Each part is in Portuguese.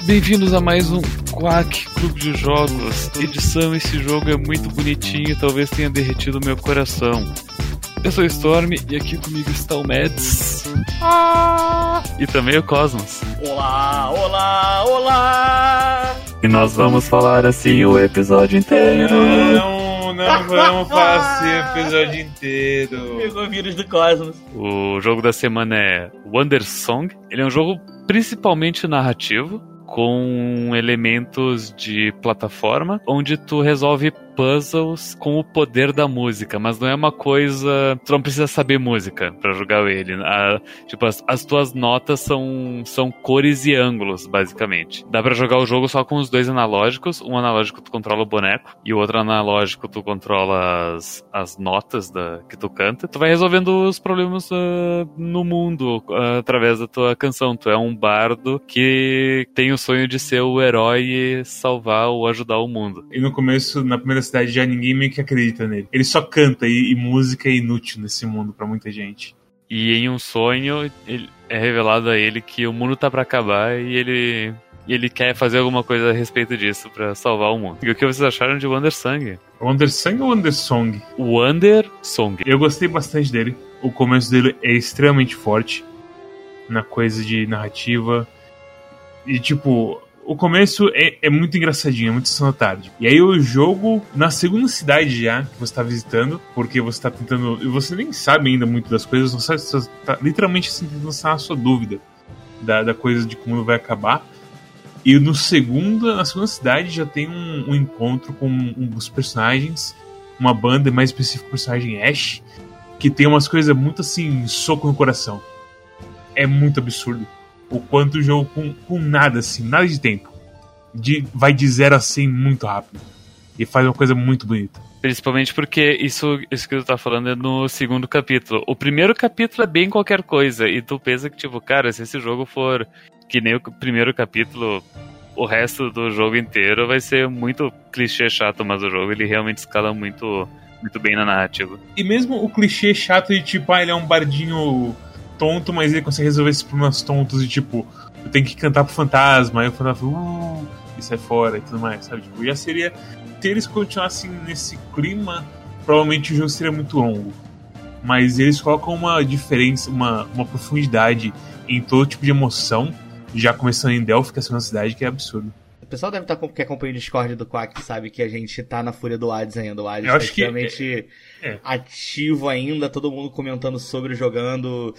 Bem-vindos a mais um Quack Clube de Jogos. Edição, esse jogo é muito bonitinho, talvez tenha derretido meu coração. Eu sou o Storm e aqui comigo está o Mads. E também o Cosmos. Olá, olá, olá! E nós vamos falar assim o episódio inteiro. Não vamos fazer o episódio inteiro. Pegou o vírus do Cosmos. O jogo da semana é Wandersong. Ele é um jogo principalmente narrativo, com elementos de plataforma, onde tu resolve puzzles com o poder da música, mas não é uma coisa... Tu não precisa saber música pra jogar ele. As tuas notas são cores e ângulos, basicamente. Dá pra jogar o jogo só com os dois analógicos. Um analógico tu controla o boneco, e o outro analógico tu controla as notas que tu canta. Tu vai resolvendo os problemas no mundo através da tua canção. Tu é um bardo que tem o sonho de ser o herói e salvar ou ajudar o mundo. E no começo, na primeira cidade, já ninguém meio que acredita nele. Ele só canta e música é inútil nesse mundo pra muita gente. E em um sonho, é revelado a ele que o mundo tá pra acabar e ele quer fazer alguma coisa a respeito disso pra salvar o mundo. E o que vocês acharam de Wandersong? Wandersong ou Wandersong? Wandersong. Eu gostei bastante dele. O começo dele é extremamente forte na coisa de narrativa. E tipo, o começo é muito engraçadinho, é muito sessão da tarde. E aí o jogo, na segunda cidade já, que você tá visitando, porque você tá tentando... E você nem sabe ainda muito das coisas, você tá literalmente assim, tentando sanar a sua dúvida da coisa de como vai acabar. E na segunda cidade já tem um encontro com um dos personagens, uma banda, mais específico o personagem Ash, que tem umas coisas muito assim, soco no coração. É muito absurdo o quanto o jogo com nada assim, nada de tempo, vai de 0 a 100 muito rápido e faz uma coisa muito bonita. Principalmente porque isso que tu tá falando é no segundo capítulo. O primeiro capítulo é bem qualquer coisa e tu pensa que tipo, cara, se esse jogo for que nem o primeiro capítulo, o resto do jogo inteiro vai ser muito clichê chato, mas o jogo ele realmente escala muito, muito bem na narrativa. E mesmo o clichê chato de tipo, ele é um bardinho tonto, mas ele consegue resolver esses problemas tontos de tipo, eu tenho que cantar pro fantasma, aí o fantasma fala, e sai fora e tudo mais, sabe? Tipo, já seria, se eles continuassem nesse clima, provavelmente o jogo seria muito longo. Mas eles colocam uma diferença, uma profundidade em todo tipo de emoção, já começando em Delphi, que é a segunda cidade, que é absurdo. O pessoal deve estar que acompanha o Discord do Quack, sabe que a gente tá na fúria do Hades ainda. O Hades tá extremamente ativo ainda, todo mundo comentando sobre, jogando.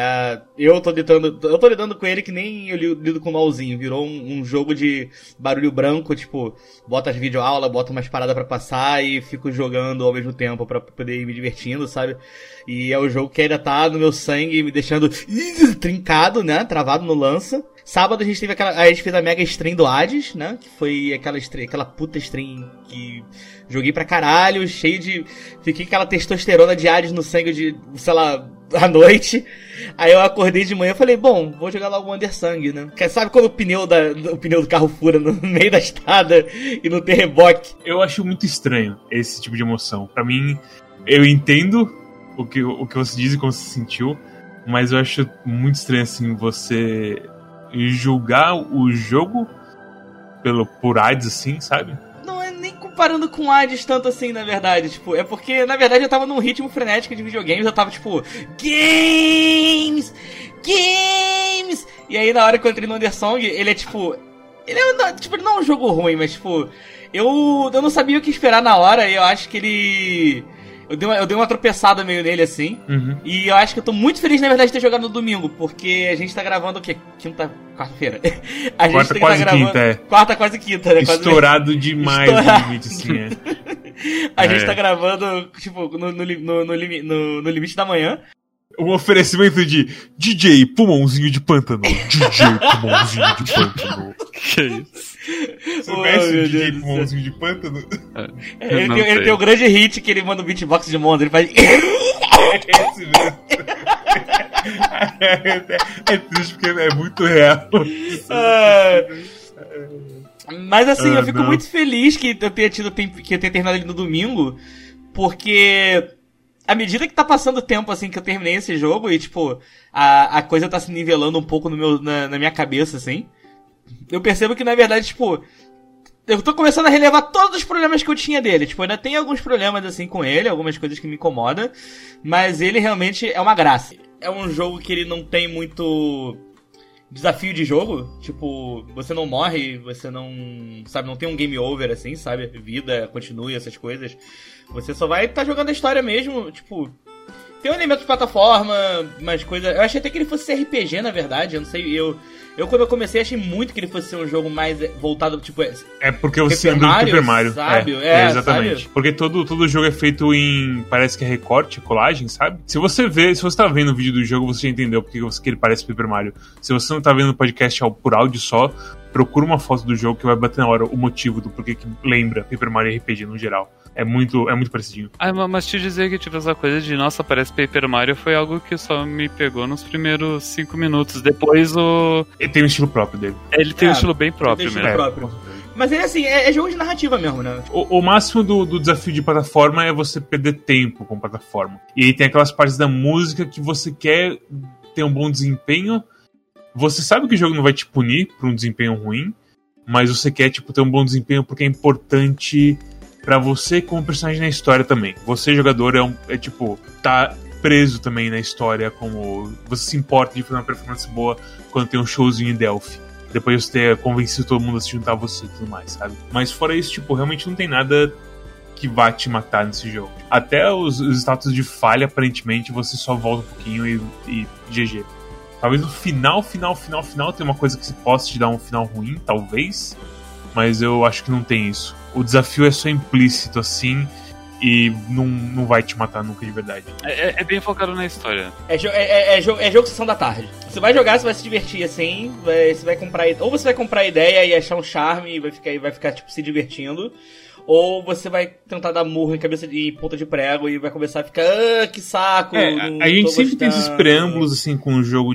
Eu tô lidando com ele que nem eu lido com o LOLzinho. Virou um jogo de barulho branco, tipo, bota as videoaulas, bota umas paradas pra passar e fico jogando ao mesmo tempo pra poder ir me divertindo, sabe? E é o jogo que ainda tá no meu sangue, me deixando trincado, né? Travado no lança. Sábado a gente fez a mega stream do Hades, né? Que foi aquela puta stream que joguei pra caralho, fiquei com aquela testosterona de Hades no sangue sei lá, à noite. Aí eu acordei de manhã e falei, bom, vou jogar lá o Wandersong, né? Sabe quando o pneu do carro fura no meio da estrada e não tem reboque? Eu acho muito estranho esse tipo de emoção. Pra mim, eu entendo o que você diz e como você sentiu, mas eu acho muito estranho, assim, você julgar o jogo por Hades, assim, sabe? Não é nem comparando com Hades tanto assim, na verdade. Tipo, é porque, na verdade, eu tava num ritmo frenético de videogames. Eu tava, tipo, games! E aí, na hora que eu entrei no Wandersong, ele é, tipo... Ele não é um jogo ruim, mas, tipo... Eu não sabia o que esperar na hora. E eu acho que ele... Eu dei uma tropeçada meio nele, assim. Uhum. E eu acho que eu tô muito feliz, na verdade, de ter jogado no domingo. Porque a gente tá gravando o quê? Quarta-feira. Quarta, quase quinta, é. Quarta, quase quinta, né? Estourado demais no limite, assim, é. A gente tá gravando, tipo, no limite da manhã. Um oferecimento de DJ Pulmãozinho de Pântano. DJ Pulmãozinho de Pântano. Que isso? Você conhece o DJ Pulmãozinho de Pântano? Ele tem o grande hit que ele manda o beatbox de Monza. Ele faz... É esse mesmo. É triste porque é muito real. Mas assim, eu fico muito feliz que eu tenha terminado ele no domingo, porque à medida que tá passando o tempo, assim, que eu terminei esse jogo, e, tipo, a coisa tá se nivelando um pouco na minha cabeça, assim. eu percebo que, na verdade, tipo, eu tô começando a relevar todos os problemas que eu tinha dele. Tipo, ainda tem alguns problemas, assim, com ele, algumas coisas que me incomodam, mas ele realmente é uma graça. É um jogo que ele não tem muito desafio de jogo, tipo, você não morre, você não, sabe, não tem um game over, assim, sabe, vida continue, essas coisas. Você só vai tá jogando a história mesmo, tipo, tem um elemento de plataforma, umas coisas. Eu achei até que ele fosse RPG, na verdade, eu não sei, eu quando eu comecei achei muito que ele fosse ser um jogo mais voltado, tipo... É porque você lembra do Paper Mario, sabe? Exatamente. Sabe? Porque todo jogo é feito em... Parece que é recorte, colagem, sabe? Se você tá vendo o vídeo do jogo, você já entendeu porque que ele parece Paper Mario. Se você não tá vendo o podcast por áudio só, procura uma foto do jogo que vai bater na hora o motivo do porquê que lembra Paper Mario RPG no geral. É muito parecidinho. Mas te dizer que, tipo, essa coisa de, nossa, parece Paper Mario foi algo que só me pegou nos primeiros 5 minutos. Depois Ele tem um estilo próprio dele. Ele tem um estilo bem próprio mesmo. Próprio. Mas ele, assim, é jogo de narrativa mesmo, né? O máximo do desafio de plataforma é você perder tempo com plataforma. E aí tem aquelas partes da música que você quer ter um bom desempenho. Você sabe que o jogo não vai te punir por um desempenho ruim, mas você quer, tipo, ter um bom desempenho porque é importante pra você como personagem na história também. Você, jogador, tipo, tá preso também na história, como você se importa de fazer uma performance boa quando tem um showzinho em Delphi. Depois você ter convencido todo mundo a se juntar a você e tudo mais, sabe? Mas fora isso, tipo, realmente não tem nada que vá te matar nesse jogo. Até os status de falha, aparentemente, você só volta um pouquinho e GG. Talvez no final tem uma coisa que possa te dar um final ruim, talvez, mas eu acho que não tem isso. O desafio é só implícito, assim, e não vai te matar nunca de verdade. É bem focado na história. É jogo sessão da tarde. Você vai jogar, você vai se divertir, assim, você vai comprar... Ou você vai comprar a ideia e achar um charme e vai ficar tipo, se divertindo, ou você vai tentar dar murro em cabeça de ponta de prego e vai começar a ficar, que saco. A gente sempre tem esses preâmbulos, assim, com um jogo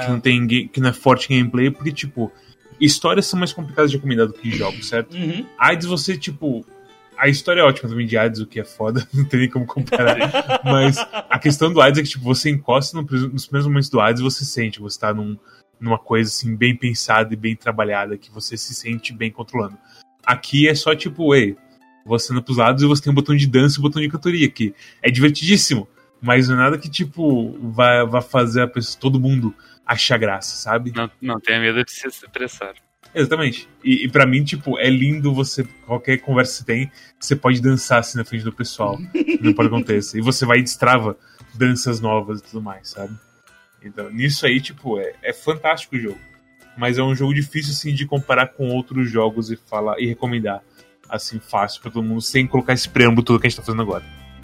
que não é forte em gameplay, porque, tipo, histórias são mais complicadas de recomendar do que jogos, certo? Uhum. Hades, você, tipo... A história é ótima também de Hades, o que é foda, não tem nem como comparar. Mas a questão do Hades é que, tipo, você encosta nos primeiros momentos do Hades, você sente, você tá numa coisa, assim, bem pensada e bem trabalhada, que você se sente bem controlando. Aqui é só, tipo, você anda pros lados e você tem um botão de dança e um botão de cantoria, que é divertidíssimo, mas não é nada que, tipo, vai fazer todo mundo achar graça, sabe? Não tenha medo de se expressar. Exatamente. E pra mim, tipo, é lindo qualquer conversa que você tem, você pode dançar assim na frente do pessoal. Não pode acontecer. E você vai e destrava danças novas e tudo mais, sabe? Então, nisso aí, tipo, é fantástico o jogo. Mas é um jogo difícil, assim, de comparar com outros jogos e recomendar, assim, fácil pra todo mundo, sem colocar esse preâmbulo todo que a gente tá fazendo agora.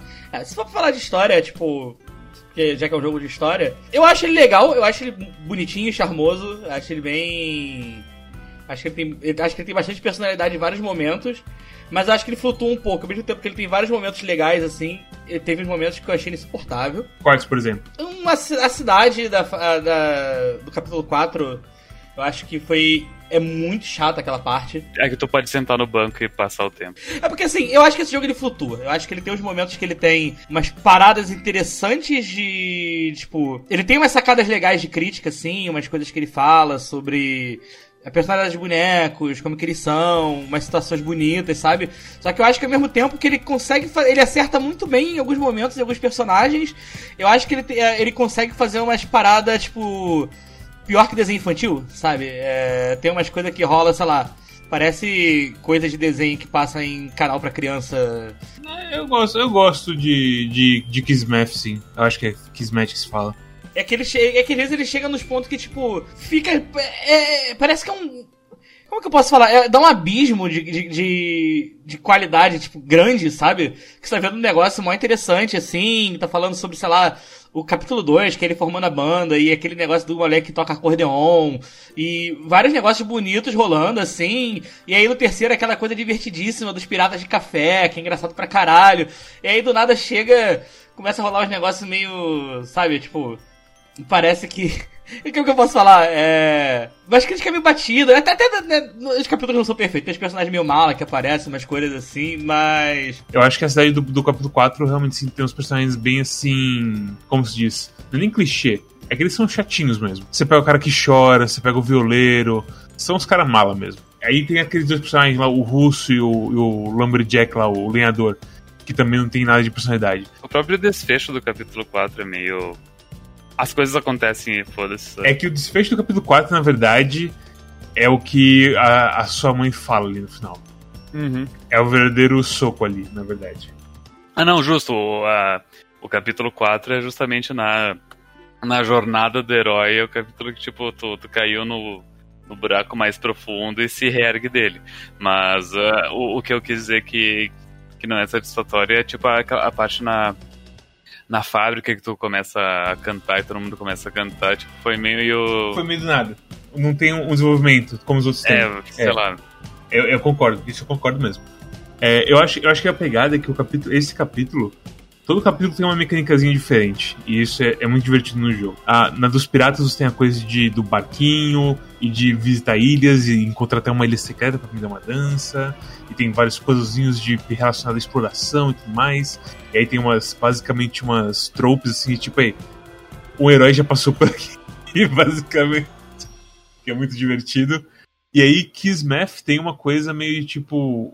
Se for pra falar de história, tipo... Já que é um jogo de história, eu acho ele legal, eu acho ele bonitinho e charmoso, acho ele bem... Acho que ele tem bastante personalidade em vários momentos, mas eu acho que ele flutua um pouco. Ao mesmo tempo que ele tem vários momentos legais, assim, ele teve uns momentos que eu achei insuportável. Quais, por exemplo? A cidade do capítulo 4, eu acho que é muito chata aquela parte. É que tu pode sentar no banco e passar o tempo. É porque, assim, eu acho que esse jogo ele flutua. Eu acho que ele tem uns momentos que ele tem umas paradas interessantes de... Tipo, ele tem umas sacadas legais de crítica, assim, umas coisas que ele fala sobre... a personalidade dos bonecos, como que eles são, umas situações bonitas, sabe? Só que eu acho que ao mesmo tempo que ele consegue... Ele acerta muito bem em alguns momentos, em alguns personagens. Eu acho que ele consegue fazer umas paradas, tipo... pior que desenho infantil, sabe? Tem umas coisas que rola, sei lá... Parece coisa de desenho que passa em canal pra criança. Eu gosto de Kismet, sim. Eu acho que é Kismet que se fala. É que às vezes ele chega nos pontos que, tipo, fica... parece que é um... Como que eu posso falar? Dá um abismo de qualidade, tipo, grande, sabe? Que você tá vendo um negócio mó interessante, assim, tá falando sobre, sei lá, o capítulo 2, que é ele formando a banda, e aquele negócio do moleque que toca acordeon, e vários negócios bonitos rolando, assim, e aí no terceiro aquela coisa divertidíssima dos piratas de café, que é engraçado pra caralho, e aí do nada começa a rolar uns negócios meio, sabe, tipo... Parece que... O que eu posso falar? Mas crítica é meio batida. Até os capítulos não são perfeitos. Tem os personagens meio mala que aparecem, umas coisas assim, mas... Eu acho que a cidade do capítulo 4 realmente sim, tem uns personagens bem assim... Como se diz? Não é nem clichê. é que eles são chatinhos mesmo. Você pega o cara que chora, você pega o violeiro, são os caras mala mesmo. Aí tem aqueles dois personagens lá, o russo e o Lumberjack lá, o lenhador, que também não tem nada de personalidade. O próprio desfecho do capítulo 4 é meio... As coisas acontecem e foda-se. É que o desfecho do capítulo 4, na verdade, é o que a sua mãe fala ali no final. Uhum. É o verdadeiro soco ali, na verdade. Ah, não, justo. O capítulo 4 é justamente na jornada do herói. É o capítulo que, tipo, tu caiu no buraco mais profundo e se reergue dele. Mas o que eu quis dizer que não é satisfatório é, tipo, a parte na fábrica que tu começa a cantar e todo mundo começa a cantar. Tipo, foi meio... Foi meio do nada. Não tem um desenvolvimento como os outros têm. Sei lá. Eu concordo, isso eu concordo mesmo. Eu acho que a pegada é que esse capítulo, todo capítulo tem uma mecânicazinha diferente, e isso é muito divertido no jogo. Na dos piratas você tem a coisa do barquinho, e de visitar ilhas, e encontrar até uma ilha secreta pra me dar uma dança, e tem vários puzzlezinhos relacionados à exploração e tudo mais, e aí tem basicamente umas tropes assim, tipo aí, um herói já passou por aqui, basicamente, que é muito divertido. E aí Kismet tem uma coisa meio tipo,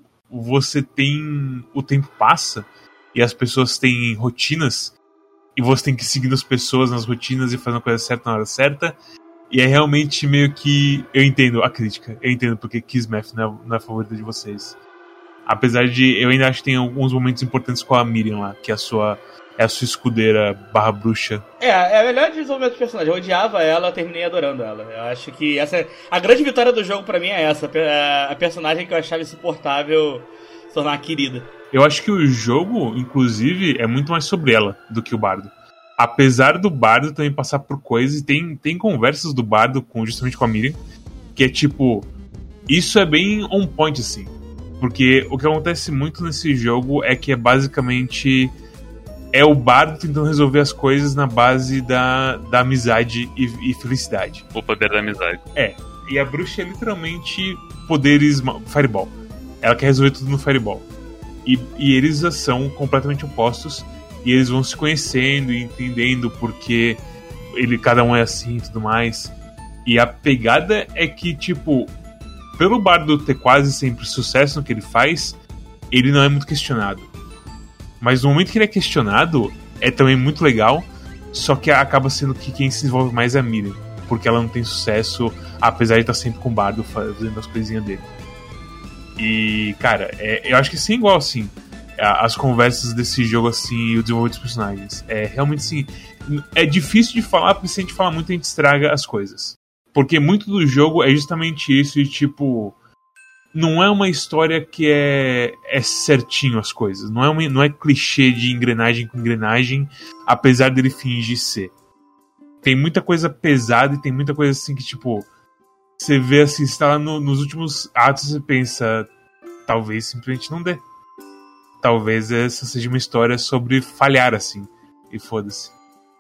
o tempo passa e as pessoas têm rotinas e você tem que seguir as pessoas nas rotinas e fazer a coisa certa na hora certa, e é realmente meio que, eu entendo a crítica, eu entendo porque Kismet não é a favorita de vocês, apesar de eu ainda acho que tem alguns momentos importantes com a Miriam lá, que é a sua escudeira / bruxa. É o melhor desenvolvimento de personagem. Eu odiava ela, eu terminei adorando ela. Eu acho que a grande vitória do jogo pra mim é essa. A personagem que eu achava insuportável se tornar uma querida. Eu acho que o jogo, inclusive, é muito mais sobre ela do que o bardo. Apesar do bardo também passar por coisas, e tem conversas do bardo justamente com a Miriam, que é tipo, isso é bem on point, assim. Porque o que acontece muito nesse jogo é que é basicamente... É o bardo tentando resolver as coisas na base da amizade e felicidade. O poder da amizade. E a bruxa é literalmente poderes Fireball. Ela quer resolver tudo no Fireball. E eles são completamente opostos. E eles vão se conhecendo e entendendo porque cada um é assim e tudo mais. E a pegada é que, tipo, pelo bardo ter quase sempre sucesso no que ele faz, ele não é muito questionado. Mas no momento que ele é questionado, é também muito legal, só que acaba sendo que quem se desenvolve mais é a Miriam, porque ela não tem sucesso, apesar de estar sempre com o bardo fazendo as coisinhas dele. E, cara, eu acho que sim, igual assim, as conversas desse jogo assim e o desenvolvimento dos personagens. Realmente sim, é difícil de falar, porque se a gente falar muito a gente estraga as coisas. Porque muito do jogo é justamente isso, e tipo... Não é uma história que é certinho as coisas. Não é clichê de engrenagem com engrenagem, apesar dele fingir ser. Tem muita coisa pesada e tem muita coisa assim que, tipo... Você vê assim, você tá lá nos últimos atos e você pensa... Talvez simplesmente não dê. Talvez essa seja uma história sobre falhar, assim. E foda-se.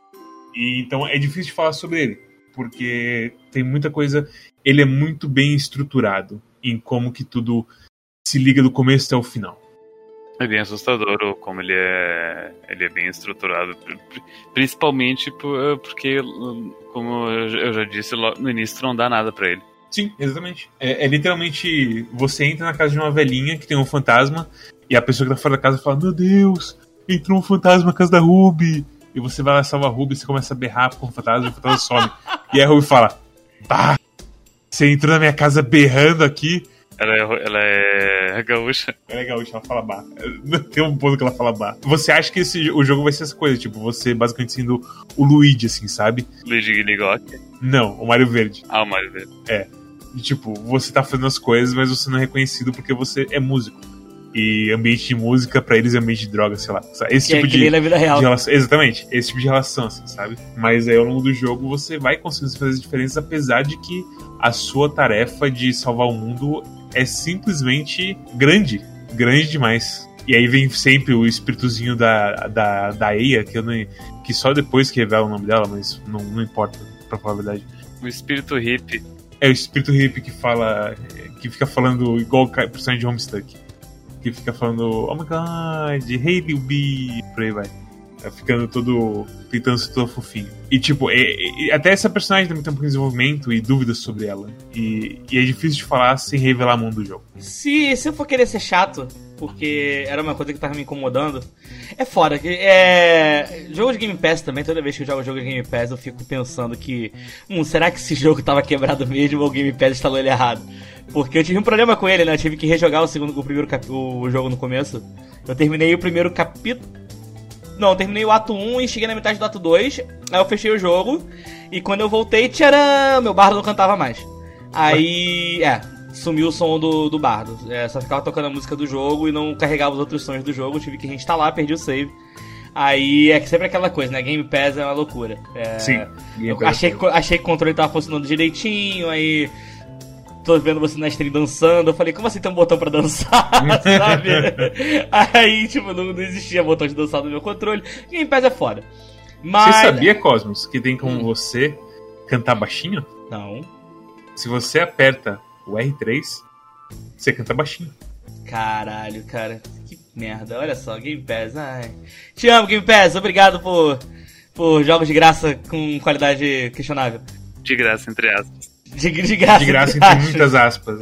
E então é difícil de falar sobre ele. Porque tem muita coisa... Ele é muito bem estruturado em como que tudo se liga do começo até o final. É bem assustador como ele é bem estruturado, principalmente porque, como eu já disse no início, não dá nada pra ele. Sim, exatamente. É literalmente, você entra na casa de uma velhinha que tem um fantasma, e a pessoa que tá fora da casa fala, meu Deus, entrou um fantasma na casa da Ruby. E você vai lá salvar a Ruby, você começa a berrar com o fantasma some. E aí a Ruby fala, bah, você entrou na minha casa berrando aqui. Ela é gaúcha. Ela é gaúcha, ela fala bar. Tem um ponto que ela fala bar. Você acha que o jogo vai ser essa coisa, tipo, você basicamente sendo o Luigi, assim, sabe? Luigi Ligotti? Não, o Mario Verde. Ah, o Mario Verde. E, tipo, você tá fazendo as coisas, mas você não é reconhecido porque você é músico. E ambiente de música, pra eles, é ambiente de droga, sei lá. Esse tipo de na vida real. De relação, exatamente, esse tipo de relação, assim, sabe? Mas aí ao longo do jogo você vai conseguindo fazer diferenças, apesar de que a sua tarefa de salvar o mundo é simplesmente grande demais. E aí vem sempre o espíritozinho da Eia, que só depois que revela o nome dela, mas não importa, pra falar a verdade. O espírito hippie. É o espírito hippie que fica falando igual o personagem de Homestuck. Que fica falando, oh my god, hey Lil B, por aí vai. ficando todo... tentando ser todo fofinho. E tipo, até essa personagem também tem um pouco de desenvolvimento e dúvidas sobre ela. E é difícil de falar sem revelar o mundo do jogo. Se eu for querer ser chato, porque era uma coisa que tava me incomodando, é foda. Jogo de Game Pass também, toda vez que eu jogo jogo de Game Pass eu fico pensando que será que esse jogo tava quebrado mesmo ou o Game Pass instalou ele errado? Porque eu tive um problema com ele, né? Eu tive que rejogar o jogo no começo. Eu terminei o primeiro capítulo. Não, eu terminei o ato 1 e cheguei na metade do ato 2. Aí eu fechei o jogo. E quando eu voltei, tcharam! Meu bardo não cantava mais. Aí, sumiu o som do bardo. Só ficava tocando a música do jogo e não carregava os outros sons do jogo. Eu tive que reinstalar, perdi o save. Aí é sempre aquela coisa, né? Game Pass é uma loucura. Sim. Eu achei que o controle tava funcionando direitinho, aí... tô vendo você na stream dançando, eu falei, como assim tem um botão pra dançar, sabe? Aí, tipo, não existia botão de dançar no meu controle. Game Pass é foda. Mas... Você sabia, Cosmos, que tem como você cantar baixinho? Não. Se você aperta o R3, você canta baixinho. Caralho, cara. Que merda. Olha só, Game Pass. Ai. Te amo, Game Pass. Obrigado por jogos de graça com qualidade questionável. De graça, entre aspas. De graça. De graça entre muitas aspas,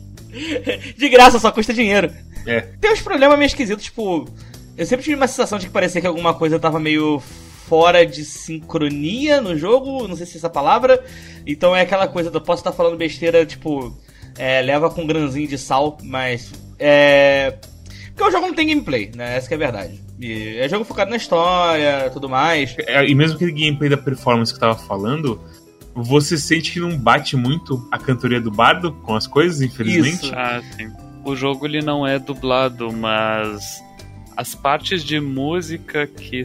De graça, só custa dinheiro. É. Tem uns problemas meio esquisitos, tipo... Eu sempre tive uma sensação de que parecia que alguma coisa tava meio fora de sincronia no jogo, não sei se é essa palavra. Então é aquela coisa, eu posso estar falando besteira, tipo... leva com um grãozinho de sal, mas... Porque o jogo não tem gameplay, né? Essa que é a verdade. E é jogo focado na história, tudo mais. E mesmo aquele gameplay da performance que eu tava falando... Você sente que não bate muito a cantoria do bardo com as coisas, infelizmente? Isso. Ah, sim. O jogo ele não é dublado, mas as partes de música que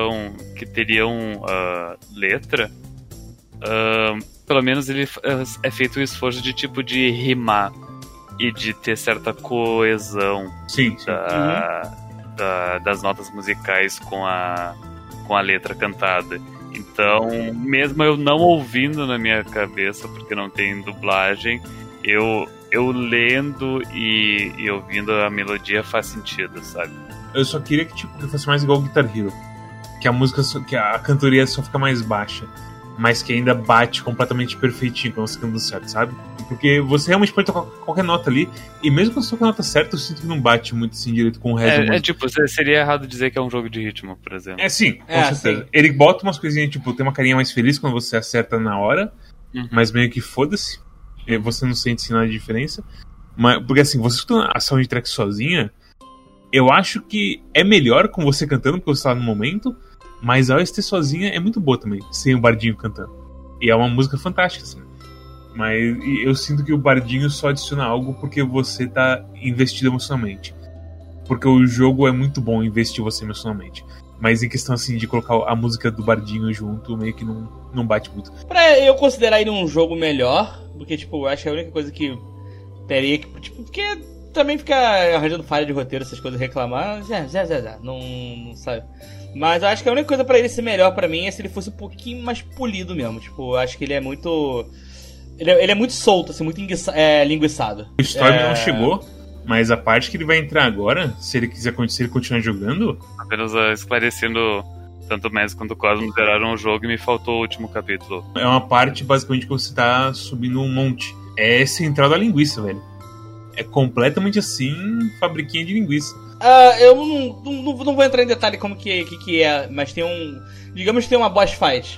teriam letra, pelo menos ele é feito o esforço de tipo de rimar e de ter certa coesão. Sim. Das notas musicais com a letra cantada. Então, mesmo eu não ouvindo na minha cabeça, porque não tem dublagem, eu lendo e ouvindo a melodia faz sentido, sabe? Eu só queria que fosse mais igual o Guitar Hero. Que a música, que a cantoria só fica mais baixa, mas que ainda bate completamente perfeitinho quando você canta certo, sabe? Porque você realmente pode tocar qualquer nota ali, e mesmo quando você toca a nota certa, eu sinto que não bate muito assim direito com o resto. Tipo, seria errado dizer que é um jogo de ritmo, por exemplo. Sim, com certeza. Sim. Ele bota umas coisinhas, tipo, tem uma carinha mais feliz quando você acerta na hora, mas meio que foda-se, você não sente nada de diferença. Mas, porque assim, você escuta a soundtrack sozinha, eu acho que é melhor com você cantando, porque você tá no momento, mas a OST sozinha é muito boa também, sem o bardinho cantando. E é uma música fantástica, assim. Mas eu sinto que o bardinho só adiciona algo porque você tá investido emocionalmente. Porque o jogo é muito bom investir você emocionalmente. Mas em questão, assim, de colocar a música do bardinho junto, meio que não bate muito. Pra eu considerar ele um jogo melhor, porque, tipo, eu acho que a única coisa que teria que... Tipo, porque também ficar arranjando falha de roteiro, essas coisas, reclamar, não sabe... Mas eu acho que a única coisa pra ele ser melhor pra mim é se ele fosse um pouquinho mais polido mesmo. Tipo, eu acho que ele é muito... Ele é muito solto, assim, muito linguiçado. O Storm não chegou, mas a parte que ele vai entrar agora, se ele continuar jogando... Apenas esclarecendo, tanto o Messi quanto o Cosmo zeraram o jogo e me faltou o último capítulo. É uma parte, basicamente, que você tá subindo um monte. É central da linguiça, velho. É completamente assim, fabriquinha de linguiça. Eu não vou entrar em detalhe como que é, mas tem digamos que tem uma boss fight.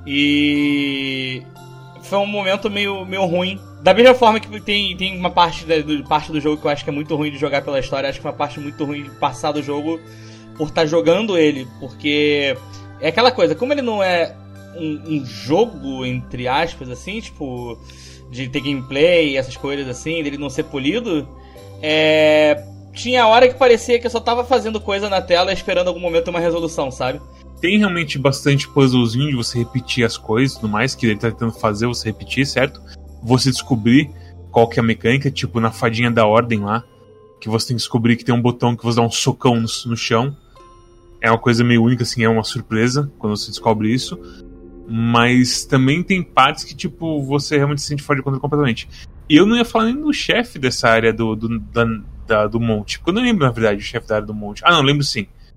E foi um momento meio ruim. Da mesma forma que tem uma parte do jogo que eu acho que é muito ruim de jogar pela história, acho que é uma parte muito ruim de passar do jogo por estar jogando ele, porque é aquela coisa, como ele não é um jogo, entre aspas, assim, tipo, de ter gameplay e essas coisas assim, dele não ser polido, tinha hora que parecia que eu só tava fazendo coisa na tela esperando algum momento ter uma resolução, sabe? Tem realmente bastante puzzlezinho de você repetir as coisas e tudo mais, que ele tá tentando fazer você repetir, certo? Você descobrir qual que é a mecânica, tipo na fadinha da ordem lá, que você tem que descobrir que tem um botão que você dá um socão no chão. É uma coisa meio única, assim, é uma surpresa quando você descobre isso. Mas também tem partes que, tipo, você realmente se sente fora de controle completamente. E eu não ia falar nem do chefe dessa área do monte. Porque eu não lembro, na verdade, o chefe da área do monte. Ah, não, lembro sim.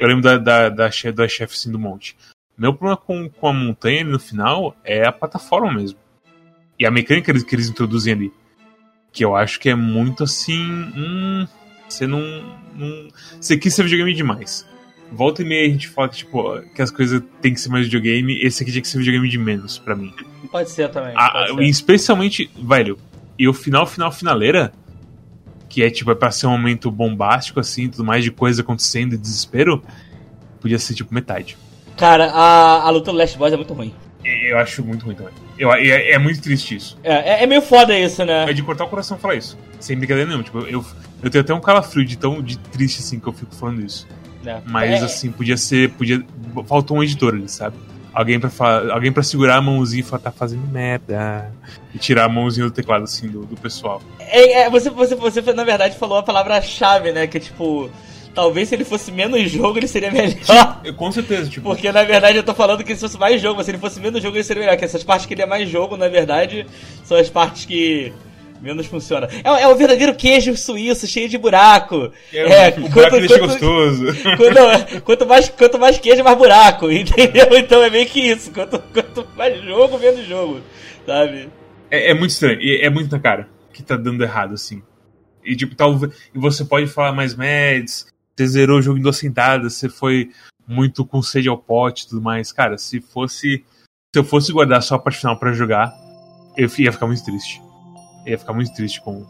Eu lembro da chefe assim, do monte. Meu problema com a montanha ali no final é a plataforma mesmo. E a mecânica que eles introduzem ali. Que eu acho que é muito assim... Você não... Você quis ser videogame demais. Volta e meia a gente fala que, tipo, que as coisas tem que ser mais videogame. Esse aqui tinha que ser videogame de menos, pra mim. Pode ser também. Especialmente, velho, e o finaleira, que é tipo, é pra ser um momento bombástico, assim, tudo mais de coisa acontecendo e desespero, podia ser tipo metade. Cara, a luta do Last Boss é muito ruim. Eu acho muito ruim também. É muito triste isso. É meio foda isso, né? É de cortar o coração falar isso. Sem brincadeira nenhuma. Tipo, eu tenho até um calafrio de triste, assim, que eu fico falando isso. Mas, assim, faltou um editor ali, sabe? Alguém pra segurar a mãozinha e falar, tá fazendo merda. E tirar a mãozinha do teclado, assim, do pessoal. Você, na verdade, falou a palavra-chave, né? Que é, tipo... Talvez se ele fosse menos jogo, ele seria melhor. Com certeza, tipo... Porque, na verdade, eu tô falando que se fosse mais jogo, mas se ele fosse menos jogo, ele seria melhor. Que essas partes que ele é mais jogo, na verdade, são as partes que menos funcionam. É o verdadeiro queijo suíço, cheio de buraco. O buraco deixa gostoso. Quanto mais queijo, mais buraco, entendeu? Então é meio que isso. Quanto mais jogo, menos jogo, sabe? É muito estranho. É muito na cara que tá dando errado, assim. E, tipo, talvez... E você pode falar mais meds... Você zerou o jogo em 2 sentadas, você foi muito com sede ao pote e tudo mais. Cara, se eu fosse guardar só a parte final pra jogar, eu ia ficar muito triste. Eu ia ficar muito triste com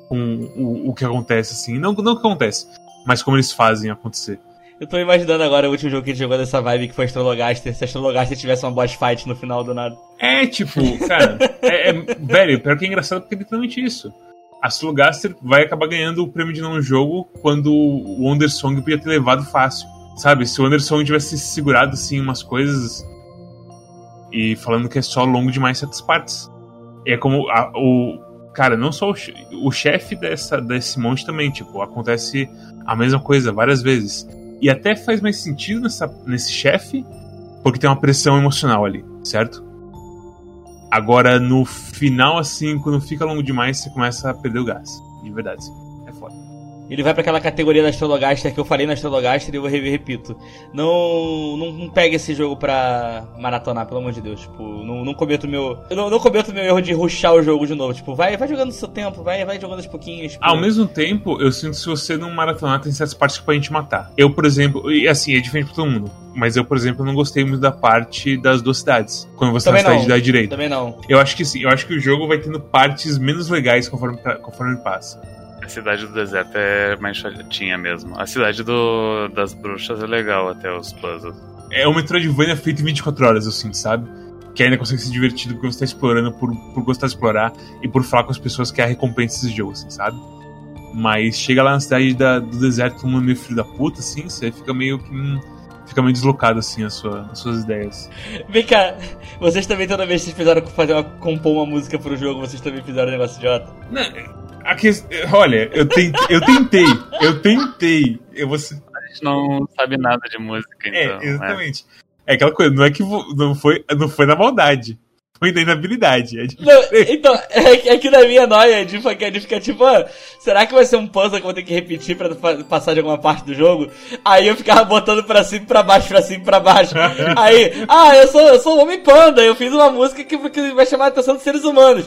o que acontece, assim. Não o que acontece, mas como eles fazem acontecer. Eu tô imaginando agora o último jogo que a gente jogou dessa vibe, que foi Astrologaster. Se Astrologaster tivesse uma boss fight no final do nada. Cara, velho, pior que é engraçado porque é literalmente isso. A Astrologaster vai acabar ganhando o prêmio de não jogo quando o Wondersong podia ter levado fácil. Sabe, se o Wondersong tivesse segurado assim umas coisas e falando que é só longo demais certas partes. É como cara, não só o chefe desse monte também, tipo, acontece a mesma coisa várias vezes. E até faz mais sentido nesse chefe, porque tem uma pressão emocional ali, certo? Agora, no final, assim, quando fica longo demais, você começa a perder o gás. De verdade, sim. É foda. Ele vai pra aquela categoria da Astrologaster que eu falei na Astrologaster e eu repito. Não pegue esse jogo pra maratonar, pelo amor de Deus. Tipo, não cometo meu... Eu não cometo meu erro de rushar o jogo de novo. Tipo, vai jogando o seu tempo, vai jogando aos pouquinhos. Tipo... Ao mesmo tempo, eu sinto que se você não maratonar, tem certas partes que podem te matar. Eu, por exemplo... E assim, é diferente pra todo mundo. Mas eu, por exemplo, não gostei muito da parte das 2 cidades. Quando você tá na cidade da direita. Também não. Eu acho que sim. Eu acho que o jogo vai tendo partes menos legais conforme ele passa. A cidade do deserto é mais chatinha mesmo. A cidade das bruxas é legal, até os puzzles. É um Metroidvania feito em 24 horas, eu sinto, sabe? Que ainda consegue ser divertido porque você tá explorando por gostar de explorar e por falar com as pessoas que é a recompensa desse jogo, assim, sabe? Mas chega lá na cidade do deserto, todo mundo meio filho da puta, assim, você fica meio que... Fica meio deslocado, assim, as suas ideias. Vem cá, vocês também, toda vez que vocês fizeram compor uma música pro jogo, vocês também fizeram um negócio idiota? Não... Olha, eu tentei. A gente não sabe nada de música, então. Exatamente. É aquela coisa, não é que não foi na maldade. Foi na inabilidade. Então, é que na minha noia de ficar tipo, será que vai ser um puzzle que eu vou ter que repetir pra passar de alguma parte do jogo? Aí eu ficava botando pra cima e pra baixo, pra cima e pra baixo. Aí, eu sou o Homem Panda, eu fiz uma música que vai chamar a atenção dos seres humanos.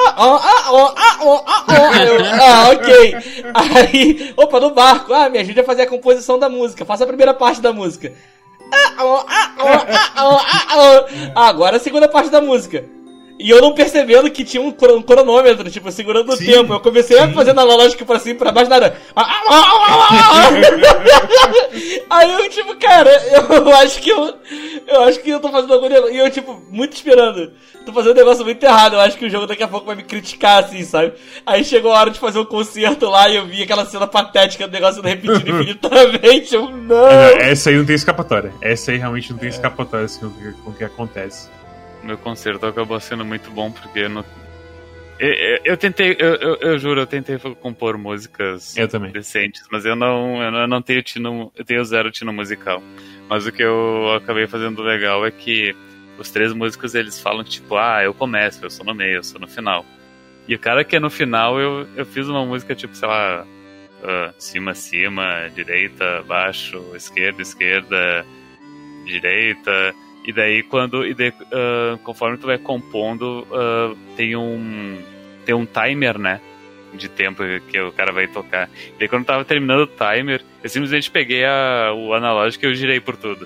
Ok. Aí, opa, no barco. Me ajude a fazer a composição da música. Faça a primeira parte da música. Agora a segunda parte da música. E eu não percebendo que tinha um cronômetro, tipo, segurando o tempo. Eu comecei a fazer na lógica pra cima e pra baixo, nada. Aí eu, tipo, cara, eu acho que eu tô fazendo algum negócio. E eu, tipo, muito esperando. Tô fazendo um negócio muito errado. Eu acho que o jogo daqui a pouco vai me criticar, assim, sabe? Aí chegou a hora de fazer um concerto lá e eu vi aquela cena patética do negócio repetido infinitamente. Eu, não. Essa aí não tem escapatória. Essa aí realmente não tem escapatória, assim, com o que acontece. Meu concerto acabou sendo muito bom porque eu tentei, eu juro, eu tentei compor músicas decentes, mas eu não tenho tino, eu tenho 0 tino musical. Mas o que eu acabei fazendo legal é que os 3 músicos eles falam tipo, eu começo, eu sou no meio, eu sou no final. E o cara que é no final, eu fiz uma música tipo, sei lá, cima, direita, baixo, esquerda, direita. E daí conforme tu vai compondo, tem um timer, né? De tempo que o cara vai tocar. E daí quando tava terminando o timer, eu simplesmente peguei o analógico e eu girei por tudo.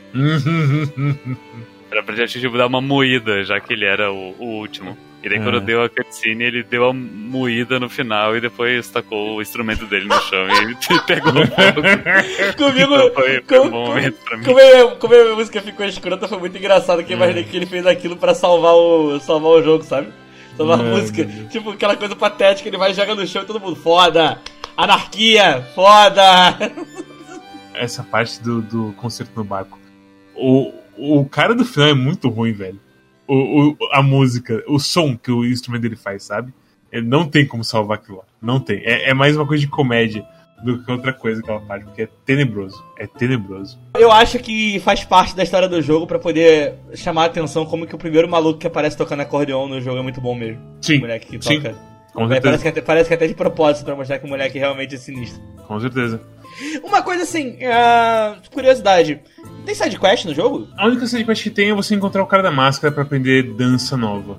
pra gente dar uma moída, já que ele era o último. E daí quando deu a cutscene, ele deu a moída no final e depois tacou o instrumento dele no chão e ele pegou o fogo. Comigo, foi um bom momento pra mim. Como a música ficou escrota, foi muito engraçado, que eu imaginei que ele fez aquilo pra salvar o jogo, sabe? Salvar a música. Tipo, aquela coisa patética, ele vai jogando no chão e todo mundo, foda! Anarquia, foda! Essa parte do concerto no barco. O cara do final é muito ruim, velho. A música, o som que o instrumento dele faz, sabe? Ele não tem como salvar aquilo lá. Não tem. É mais uma coisa de comédia do que outra coisa aquela parte, porque é tenebroso. É tenebroso. Eu acho que faz parte da história do jogo pra poder chamar a atenção como que o primeiro maluco que aparece tocando acordeon no jogo é muito bom mesmo. Sim. O moleque que toca. Sim. Com certeza. Parece que até de propósito pra mostrar que o moleque realmente é sinistro. Com certeza. Uma coisa assim, curiosidade. Tem sidequest no jogo? A única sidequest que tem é você encontrar o cara da máscara pra aprender dança nova.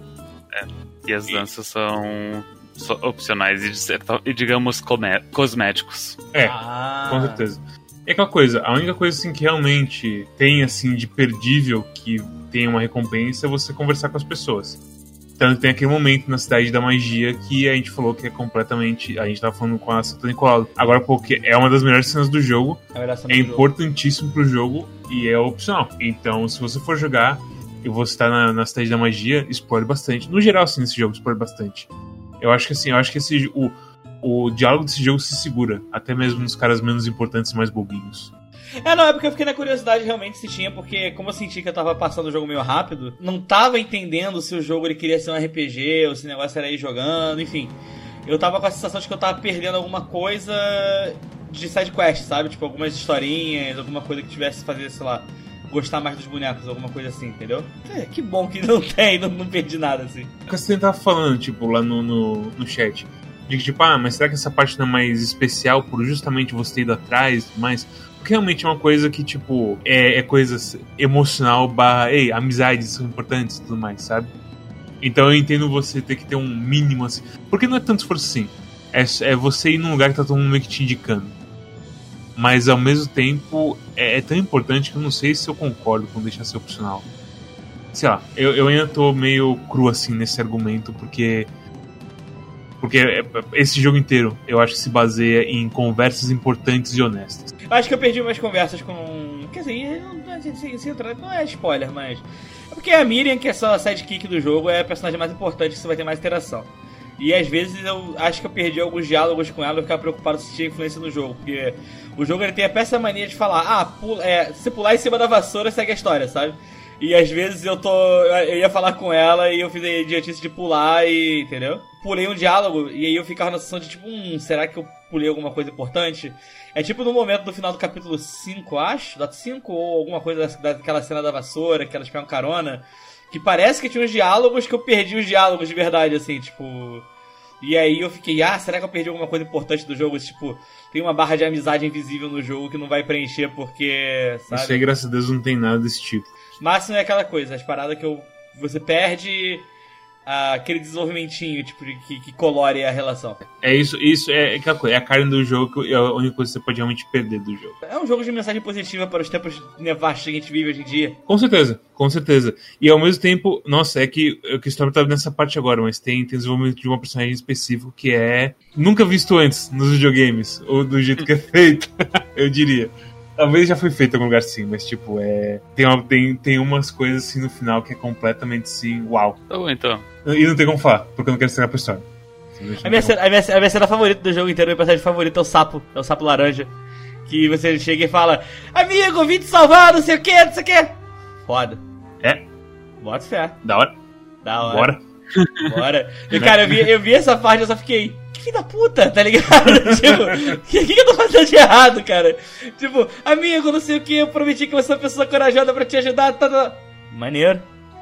E as danças são opcionais e digamos, cosméticos. Com certeza. E aquela coisa, a única coisa assim que realmente tem assim de perdível, que tem uma recompensa, é você conversar com as pessoas. Tanto tem aquele momento na Cidade da Magia que a gente falou que é completamente... A gente tava falando com a Santa Nicolau. Agora, porque é uma das melhores cenas do jogo. É importantíssimo pro jogo e é opcional. Então, se você for jogar e você tá na Cidade da Magia, explore bastante. No geral, assim, nesse jogo, explore bastante. Eu acho que o diálogo desse jogo se segura. Até mesmo nos caras menos importantes e mais bobinhos. Não, é porque eu fiquei na curiosidade realmente se tinha, porque como eu senti que eu tava passando o jogo meio rápido, não tava entendendo se o jogo ele queria ser um RPG ou se o negócio era ir jogando, enfim. Eu tava com a sensação de que eu tava perdendo alguma coisa de sidequest, sabe? Tipo, algumas historinhas, alguma coisa que tivesse fazer, sei lá, gostar mais dos bonecos, alguma coisa assim, entendeu? Que bom que não tem, não perdi nada, assim. O que você tava falando, tipo, lá no chat, de que tipo, mas será que essa parte não é mais especial por justamente você ter ido atrás e tudo mais? Porque realmente é uma coisa que, tipo, é coisa emocional, amizades são importantes e tudo mais, sabe? Então eu entendo você ter que ter um mínimo, assim. Porque não é tanto esforço assim. É você ir num lugar que tá todo mundo meio que te indicando. Mas ao mesmo tempo, é tão importante que eu não sei se eu concordo com deixar ser opcional. Sei lá, eu ainda tô meio cru, assim, nesse argumento, porque esse jogo inteiro, eu acho que se baseia em conversas importantes e honestas. Eu acho que eu perdi umas conversas com... Quer dizer, não é spoiler, mas... É porque a Miriam, que é só a sidekick do jogo, é a personagem mais importante, que você vai ter mais interação. E às vezes eu acho que eu perdi alguns diálogos com ela e ficava preocupado se tinha influência no jogo. Porque o jogo ele tem a péssima mania de falar, se pular em cima da vassoura, segue a história, sabe? E às vezes eu ia falar com ela e eu fiz a idiotice de pular e... Entendeu? Pulei um diálogo e aí eu ficava na sensação de tipo, será que eu pulei alguma coisa importante? É tipo no momento do final do capítulo 5, acho, do 5, ou alguma coisa daquela cena da vassoura, que elas pegam carona, que parece que tinha uns diálogos que eu perdi os diálogos de verdade, assim, tipo... E aí eu fiquei, será que eu perdi alguma coisa importante do jogo? Tipo, tem uma barra de amizade invisível no jogo que não vai preencher porque, sabe? Isso aí, graças a Deus, não tem nada desse tipo. Máximo é aquela coisa, as paradas que você perde aquele desenvolvimentinho, tipo, que colore a relação. Isso é aquela coisa, é a carne do jogo, é a única coisa que você pode realmente perder do jogo. É um jogo de mensagem positiva para os tempos nefastos que a gente vive hoje em dia. Com certeza. E ao mesmo tempo, nossa, é que o Cristóvão tá nessa parte agora, mas tem desenvolvimento de uma personagem específico que é nunca visto antes nos videogames, ou do jeito que é feito, eu diria. Talvez já foi feito em algum lugar sim, mas tipo, tem umas coisas assim no final que é completamente assim, uau. Tá bom, então. E não tem como falar, porque eu não quero estragar pra história. A minha cena favorita do jogo inteiro, meu personagem favorito é o sapo laranja. Que você chega e fala, amigo, vim te salvar, não sei o que. Foda. Bota fé. Da hora. Bora. E cara, eu vi essa parte e eu só fiquei... Que filho da puta, tá ligado? Tipo, o que eu tô fazendo de errado, cara? Tipo, amigo, não sei o que, eu prometi que você é uma pessoa corajosa pra te ajudar, tá. Maneiro.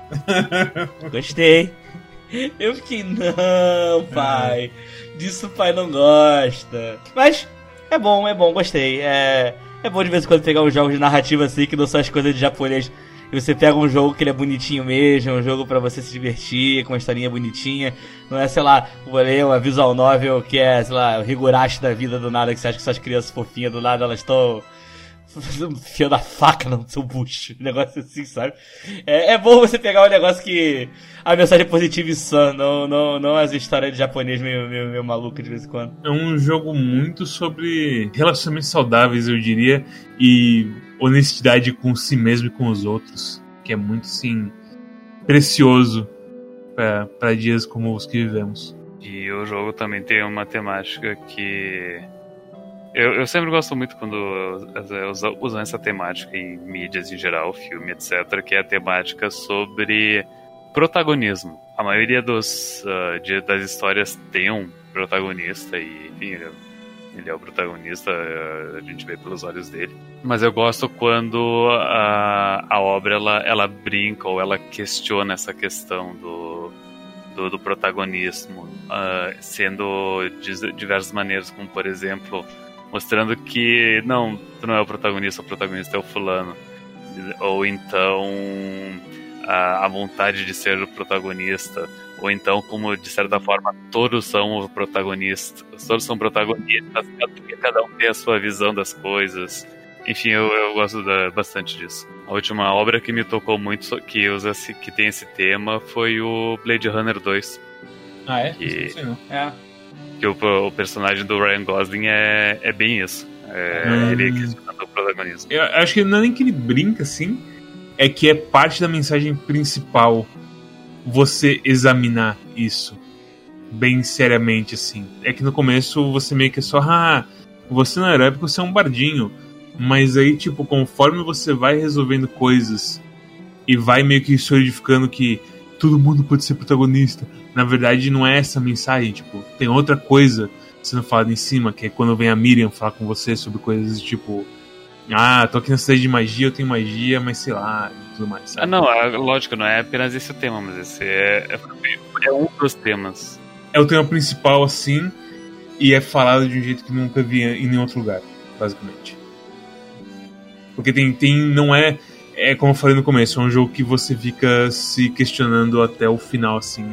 Gostei. Eu fiquei, não, pai. Disso o pai não gosta. Mas, É bom, gostei. É bom de vez em quando pegar uns jogos de narrativa assim, que não são as coisas de japonês. E você pega um jogo que ele é bonitinho mesmo, um jogo pra você se divertir, com uma historinha bonitinha. Não é, sei lá, uma visual novel que é, sei lá, o Higurashi da vida do nada, que você acha que são as crianças fofinhas do nada, elas estão enfiando a faca no seu bucho. Um negócio assim, sabe? É bom você pegar um negócio que a mensagem é positiva e sã, não as histórias de japonês meio maluca de vez em quando. É um jogo muito sobre relacionamentos saudáveis, eu diria, e honestidade com si mesmo e com os outros, que é muito, sim, precioso para dias como os que vivemos. E o jogo também tem uma temática que eu sempre gosto muito quando usam essa temática em mídias em geral, filme, etc., que é a temática sobre protagonismo. A maioria das histórias tem um protagonista e, enfim, ele é o protagonista, a gente vê pelos olhos dele. Mas eu gosto quando a obra ela brinca ou ela questiona essa questão do protagonismo, sendo de diversas maneiras, como por exemplo, mostrando que não, tu não é o protagonista é o fulano. Ou então a vontade de ser o protagonista. Ou então, como de certa forma todos são protagonistas, cada um tem a sua visão das coisas. Enfim, eu gosto bastante disso. A última obra que me tocou muito, que tem esse tema, foi o Blade Runner 2. Ah, é? Não. Que o personagem do Ryan Gosling é bem isso. Ele questionando o protagonismo. Eu acho que não é nem que ele brinca assim, é que é parte da mensagem principal você examinar isso bem seriamente, assim. É que no começo você meio que é só, você não é herói porque você é um bardinho. Mas aí, tipo, conforme você vai resolvendo coisas e vai meio que solidificando que todo mundo pode ser protagonista, na verdade não é essa mensagem, tipo, tem outra coisa sendo falada em cima, que é quando vem a Miriam falar com você sobre coisas tipo, tô aqui na cidade de magia, eu tenho magia, mas sei lá, e tudo mais, sabe? Não, lógico, não é apenas esse o tema, mas esse é um dos temas. É o tema principal, assim, e é falado de um jeito que nunca vi em nenhum outro lugar, basicamente. Porque não é como eu falei no começo, é um jogo que você fica se questionando até o final, assim,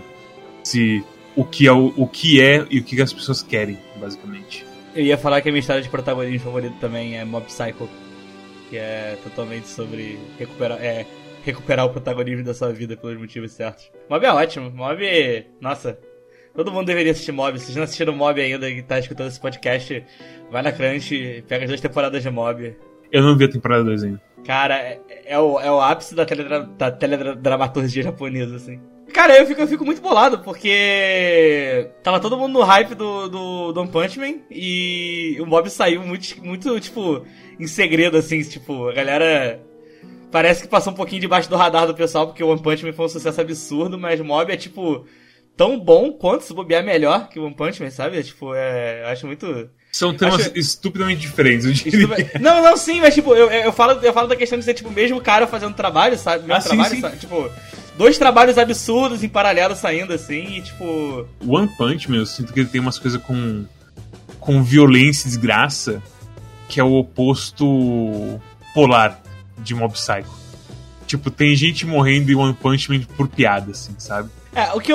o que é e o que as pessoas querem, basicamente. Eu ia falar que a minha história de protagonismo favorito também é Mob Psycho, que é totalmente sobre recuperar o protagonismo da sua vida pelos motivos certos. Mob é ótimo, Mob, nossa, todo mundo deveria assistir Mob. Se vocês não assistiram Mob ainda e tá escutando esse podcast, vai na Crunch, pega as 2 temporadas de Mob. Eu não vi a temporada 2 ainda. Cara, é o ápice da teledramaturgia japonesa, assim. Cara, eu fico muito bolado, porque tava todo mundo no hype do One Punch Man e o Mob saiu muito, tipo, em segredo, assim, tipo, a galera parece que passou um pouquinho debaixo do radar do pessoal, porque o One Punch Man foi um sucesso absurdo, mas o Mob é, tipo, tão bom quanto, se bobear, melhor que o One Punch Man, sabe? É, tipo, eu acho muito... São temas estupidamente diferentes, eu diria. Não, sim, mas tipo, eu falo da questão de ser, tipo, mesmo cara fazendo trabalho, sabe? Sim. Sabe? Tipo, 2 trabalhos absurdos em paralelo saindo, assim, e tipo... O One Punch Man, eu sinto que ele tem umas coisas com violência e desgraça, que é o oposto polar de Mob Psycho. Tipo, tem gente morrendo em One Punch Man por piada, assim, sabe? O que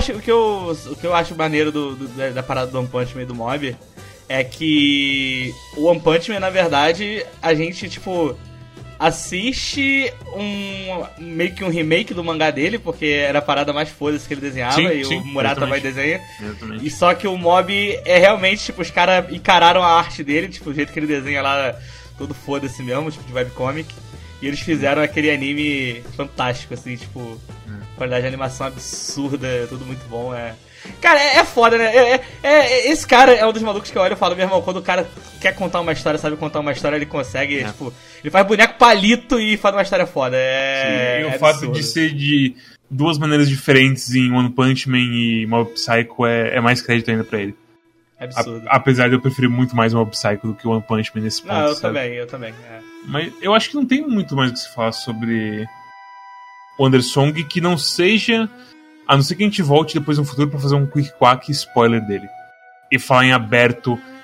eu acho maneiro da parada do One Punch Man e do Mob é que o One Punch Man, na verdade, a gente, tipo, assiste meio que um remake do mangá dele, porque era a parada mais foda-se que ele desenhava, o Murata vai desenhar. E só que o Mob é realmente, tipo, os caras encararam a arte dele, tipo, o jeito que ele desenha lá, todo foda-se mesmo, tipo, de webcomic. E eles fizeram aquele anime fantástico, assim, tipo, qualidade de animação absurda, tudo muito bom, Cara, é foda, né? Esse cara é um dos malucos que eu olho e falo, meu irmão, quando o cara quer contar uma história, sabe contar uma história, ele consegue, tipo, ele faz boneco palito e faz uma história foda. E o fato de ser de 2 maneiras diferentes em One Punch Man e Mob Psycho é mais crédito ainda pra ele. É absurdo. Apesar de eu preferir muito mais Mob Psycho do que One Punch Man nesse ponto. Não, eu também. Mas eu acho que não tem muito mais o que se falar sobre Wandersong que não seja... A não ser que a gente volte depois no futuro pra fazer um quick quack spoiler dele. E falar em aberto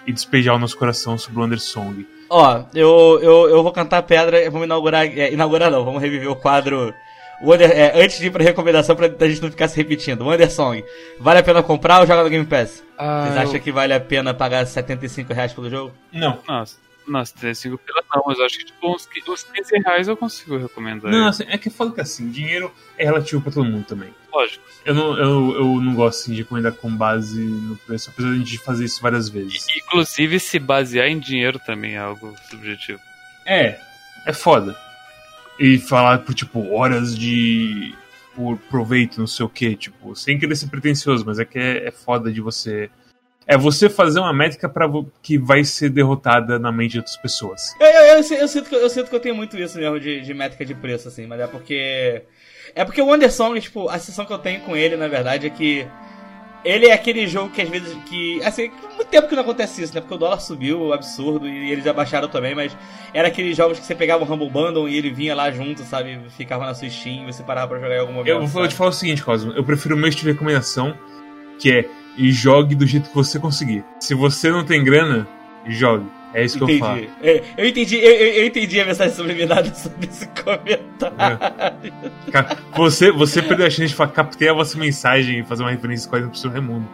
e despejar o nosso coração sobre o Wandersong. Ó, eu vou cantar pedra, vamos inaugurar não, vamos reviver o quadro antes de ir pra recomendação pra gente não ficar se repetindo. Wandersong, vale a pena comprar ou joga no Game Pass? Vocês acham que vale a pena pagar R$75 pelo jogo? Não. Nossa, 35 pila não, mas eu acho que tipo, uns R$15 eu consigo recomendar. Não, assim, é que eu falo que assim, dinheiro é relativo pra todo mundo também. Lógico. Eu não gosto assim, de recomendar com base no preço, apesar de a gente fazer isso várias vezes. Inclusive, se basear em dinheiro também é algo subjetivo. É foda. E falar por, tipo, horas por proveito, não sei o que, tipo, sem querer ser pretencioso, mas é que é foda de você... É você fazer uma métrica que vai ser derrotada na mente de outras pessoas. Eu sinto que eu tenho muito isso mesmo de métrica de preço, assim, mas é porque... É porque o Wandersong, tipo, a sensação que eu tenho com ele, na verdade, é que ele é aquele jogo que às vezes assim, muito tempo que não acontece isso, né? Porque o dólar subiu, absurdo, e eles abaixaram também, mas era aqueles jogos que você pegava o Humble Bundle e ele vinha lá junto, sabe? Ficava na sua Steam e você parava pra jogar em algum momento. Eu vou te falar o seguinte, Cosmo, eu prefiro o meu estilo de recomendação, que é jogue do jeito que você conseguir. Se você não tem grana, jogue. É isso que eu falo. Eu entendi a mensagem subliminar sobre esse comentário. Cara, você perdeu a chance de falar, captei a vossa mensagem e fazer uma referência com a Professor Raimundo.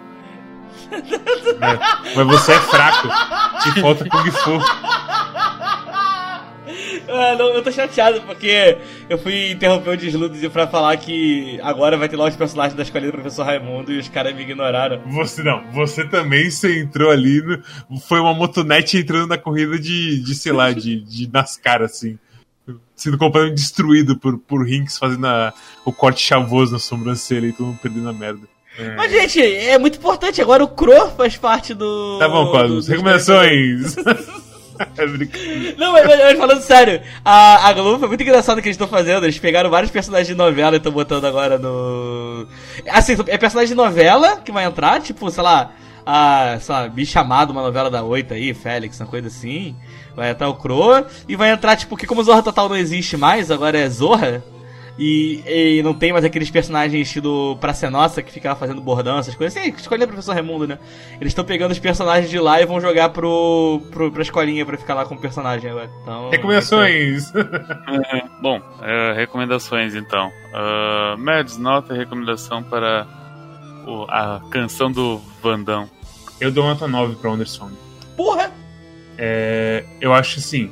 Mas você é fraco. Te falta Kung Fu. Não, eu tô chateado porque eu fui interromper o Desludo pra falar que agora vai ter lá os personagens da escolinha do Professor Raimundo e os caras me ignoraram. Você também, você entrou ali, foi uma motonete entrando na corrida de sei lá, de NASCAR, assim. Sendo completamente destruído por Rinks fazendo o corte chavoso na sobrancelha e todo mundo perdendo a merda. Mas, gente, é muito importante, agora o Crow faz parte do... Tá bom, Cosmos, recomendações! Não, mas falando sério, a Globo foi muito engraçado o que eles estão fazendo. Eles pegaram vários personagens de novela e estão botando agora no... Assim, é personagem de novela que vai entrar, tipo, sei lá, Bicho Amado, uma novela da 8 aí, Félix, uma coisa assim. Vai entrar o Crow e vai entrar, tipo, que como Zorra Total não existe mais, agora é Zorra. E não tem mais aqueles personagens estilo Praça Nossa que ficava fazendo bordão, essas coisas. Assim, escolha o Professor Raimundo, né? Eles estão pegando os personagens de lá e vão jogar pra escolinha pra ficar lá com o personagem agora. Então, recomendações! Bom, recomendações então. Mads, nota e recomendação para a canção do Vandão. Eu dou nota 9 pra Wandersong. Porra! Eu acho assim,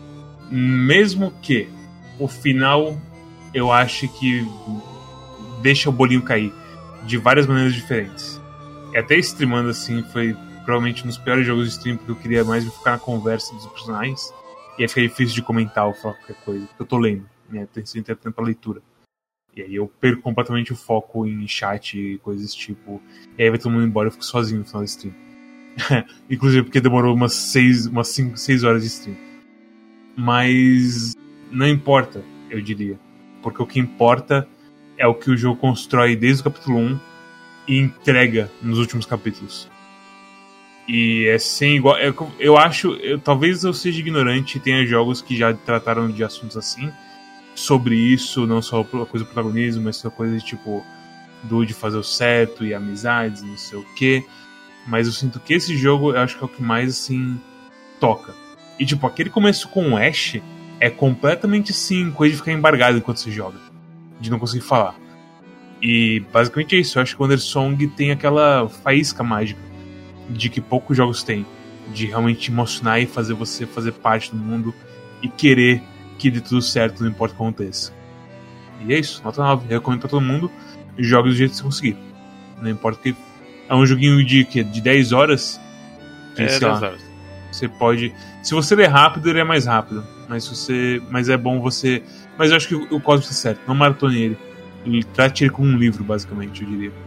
mesmo que o final... eu acho que deixa o bolinho cair de várias maneiras diferentes. E até streamando assim, foi provavelmente um dos piores jogos de stream, porque eu queria mais me focar na conversa dos personagens. E aí fica difícil de comentar ou falar qualquer coisa, porque eu tô lendo, minha atenção tem tempo pra leitura. E aí eu perco completamente o foco em chat e coisas desse tipo. E aí vai todo mundo embora e eu fico sozinho no final da stream. Inclusive porque demorou umas 5, 6 horas de stream. Mas não importa, eu diria. Porque o que importa é o que o jogo constrói desde o capítulo 1 e entrega nos últimos capítulos. E é sem igual. Eu acho. Talvez eu seja ignorante e tenha jogos que já trataram de assuntos assim. Sobre isso, não só a coisa do protagonismo, mas a coisa de tipo. De fazer o certo e amizades e não sei o que. Mas eu sinto que esse jogo eu acho que é o que mais assim. Toca. E tipo, aquele começo com o Ash. É completamente assim, coisa de ficar embargado enquanto você joga. De não conseguir falar. E basicamente é isso. Eu acho que o Wandersong tem aquela faísca mágica de que poucos jogos têm. De realmente te emocionar e fazer você fazer parte do mundo e querer que dê tudo certo, não importa o que aconteça. E é isso, nota 9. Eu recomendo pra todo mundo. Jogue do jeito que você conseguir. Não importa que... É um joguinho de 10 horas. 10 horas. Você pode... Se você ler rápido, ele é mais rápido. Mas é bom você... Mas eu acho que o Cosmo está certo. Não maratone ele. Ele trate ele como um livro, basicamente, eu diria.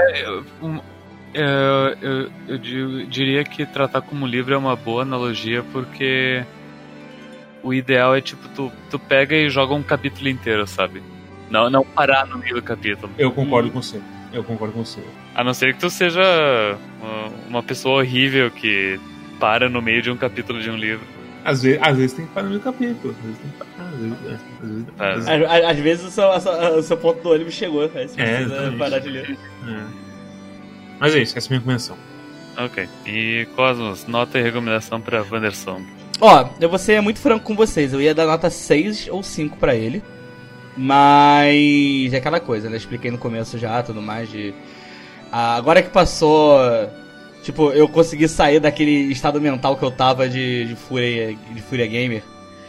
Eu diria que tratar como livro é uma boa analogia, porque o ideal é tipo, tu pega e joga um capítulo inteiro, sabe? Não parar no meio do capítulo. Eu concordo com você. A não ser que tu seja uma pessoa horrível que para no meio de um capítulo de um livro. Às vezes tem que parar no meio do capítulo. Às vezes o seu ponto do ônibus chegou. Aí você precisa parar de ler. Mas é isso, essa é a minha recomendação. Ok. E Cosmos, nota e recomendação pra Wandersong? Ó, eu vou ser muito franco com vocês. Eu ia dar nota 6 ou 5 pra ele. Mas é aquela coisa, né? Expliquei no começo já, tudo mais de... agora que passou... Tipo, eu consegui sair daquele estado mental que eu tava de fúria gamer.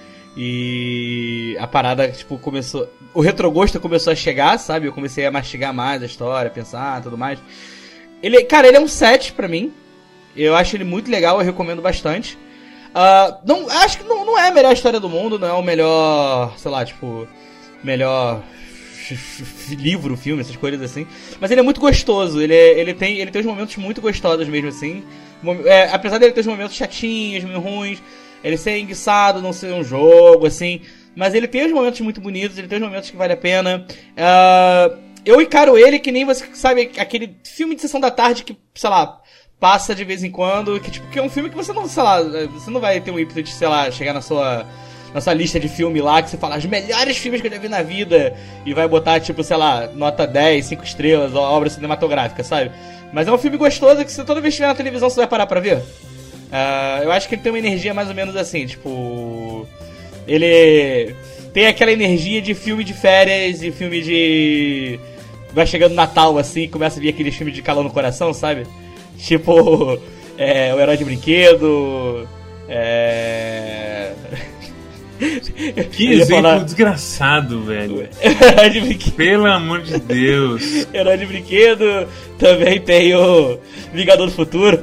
E a parada, tipo, começou... O retrogosto começou a chegar, sabe? Eu comecei a mastigar mais a história, pensar, tudo mais. Cara, ele é um 7 pra mim. Eu acho ele muito legal, eu recomendo bastante. Acho que não é a melhor história do mundo, não é o melhor, sei lá, tipo... Melhor livro, filme, essas coisas assim. Mas ele é muito gostoso, ele tem uns momentos muito gostosos mesmo, assim. Apesar dele ter uns momentos chatinhos, meio ruins, ele ser enguiçado, não ser um jogo, assim. Mas ele tem uns momentos muito bonitos, ele tem uns momentos que vale a pena. Eu encaro ele que nem você sabe, aquele filme de sessão da tarde que, sei lá, passa de vez em quando, que é um filme que você não, sei lá, você não vai ter um ímpeto de, sei lá, chegar na sua lista de filme lá, que você fala, os melhores filmes que eu já vi na vida, e vai botar, tipo, sei lá, nota 10, 5 estrelas, obra cinematográfica, sabe? Mas é um filme gostoso que toda vez que estiver na televisão você vai parar pra ver. Eu acho que ele tem uma energia mais ou menos assim, tipo... Ele tem aquela energia de filme de férias e filme de... Vai chegando Natal, assim, começa a vir aqueles filmes de calor no coração, sabe? Tipo, O Herói de Brinquedo... Que exemplo desgraçado, velho. Pelo amor de Deus. Herói de Brinquedo. Também tem o Vingador do Futuro.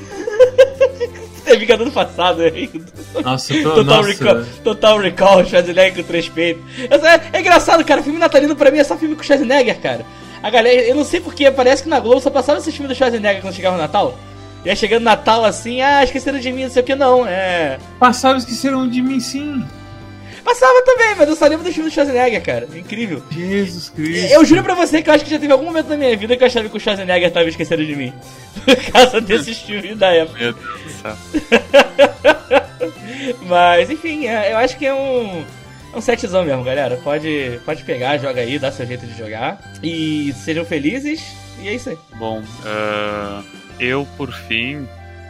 É Vingador do passado ainda. Nossa, Total Recall, Schwarzenegger com 3 peitos. É engraçado, cara. Filme natalino pra mim é só filme com Schwarzenegger, cara. A galera, eu não sei porque, parece que na Globo só passava esses filmes do Schwarzenegger quando chegava o Natal. E aí chegando Natal assim, esqueceram de mim, não sei o que, não. Passaram, esqueceram de mim, sim. Passava também, mas eu só lembro dos filmes do Schwarzenegger, cara. Incrível. Jesus Cristo. Eu juro pra você que eu acho que já teve algum momento na minha vida que eu achava que o Schwarzenegger tava esquecendo de mim. Por causa desses filmes da época. Meu Deus do céu. Mas, enfim, eu acho que é um setzão mesmo, galera. Pode pegar, joga aí, dá seu jeito de jogar. E sejam felizes, e é isso aí. Bom, eu, por fim,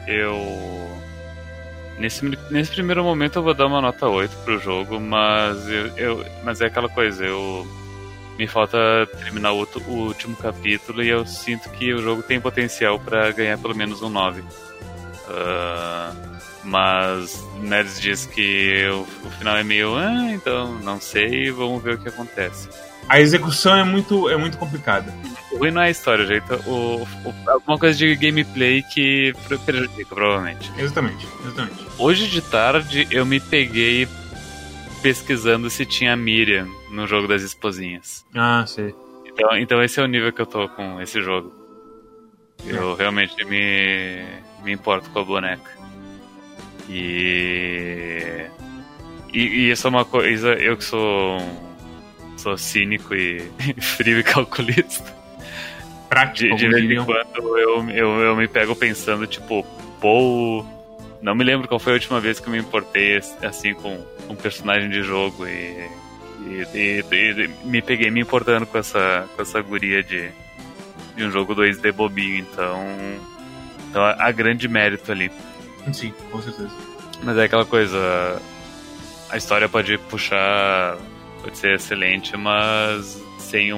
Nesse primeiro momento eu vou dar uma nota 8 pro jogo, mas é aquela coisa, me falta terminar o último capítulo e eu sinto que o jogo tem potencial pra ganhar pelo menos um 9. Mas Nerds diz que o final é meio, então não sei, vamos ver o que acontece. A execução é muito complicada. O ruim não é a história, gente. Alguma coisa de gameplay que prejudica, provavelmente. Exatamente. Hoje de tarde eu me peguei pesquisando se tinha Miriam no jogo das esposinhas. Sei. Então esse é o nível que eu tô com esse jogo. Eu realmente me importo com a boneca. E isso é uma coisa, eu que sou cínico e frio e calculista. Prático, de vez em quando eu me pego pensando, tipo, não me lembro qual foi a última vez que eu me importei assim com um personagem de jogo e me peguei me importando com essa guria de um jogo 2D bobinho, então há grande mérito ali. Sim, com certeza. Mas é aquela coisa, a história pode ser excelente, mas sem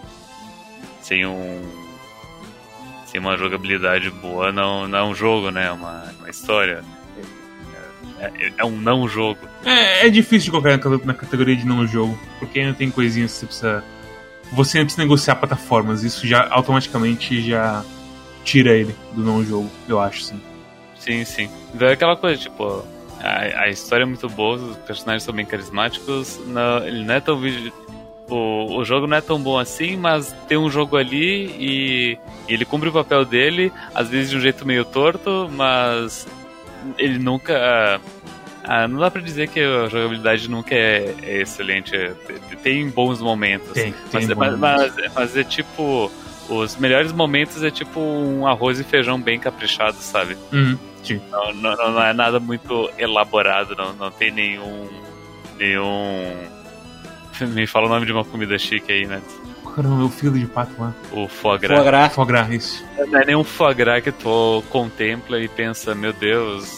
uma jogabilidade boa não é um jogo, né? É uma história. É um não jogo. É difícil de colocar na categoria de não jogo, porque ainda tem coisinhas que você ainda precisa negociar plataformas. Isso já automaticamente já tira ele do não jogo, eu acho, sim. Sim. Então é aquela coisa, tipo, a história é muito boa, os personagens são bem carismáticos, ele não é tão o jogo não é tão bom assim, mas tem um jogo ali e ele cumpre o papel dele, às vezes de um jeito meio torto, mas ele nunca... não dá pra dizer que a jogabilidade nunca é excelente, tem bons momentos, mas é tipo... Os melhores momentos é tipo um arroz e feijão bem caprichado, sabe? Sim. Não é nada muito elaborado, não tem nenhum... Me fala o nome de uma comida chique aí, né? Qual era o meu filho de pato lá? O foie gras. Foie gras, isso. Não é nem um foie gras que tu contempla e pensa, meu Deus,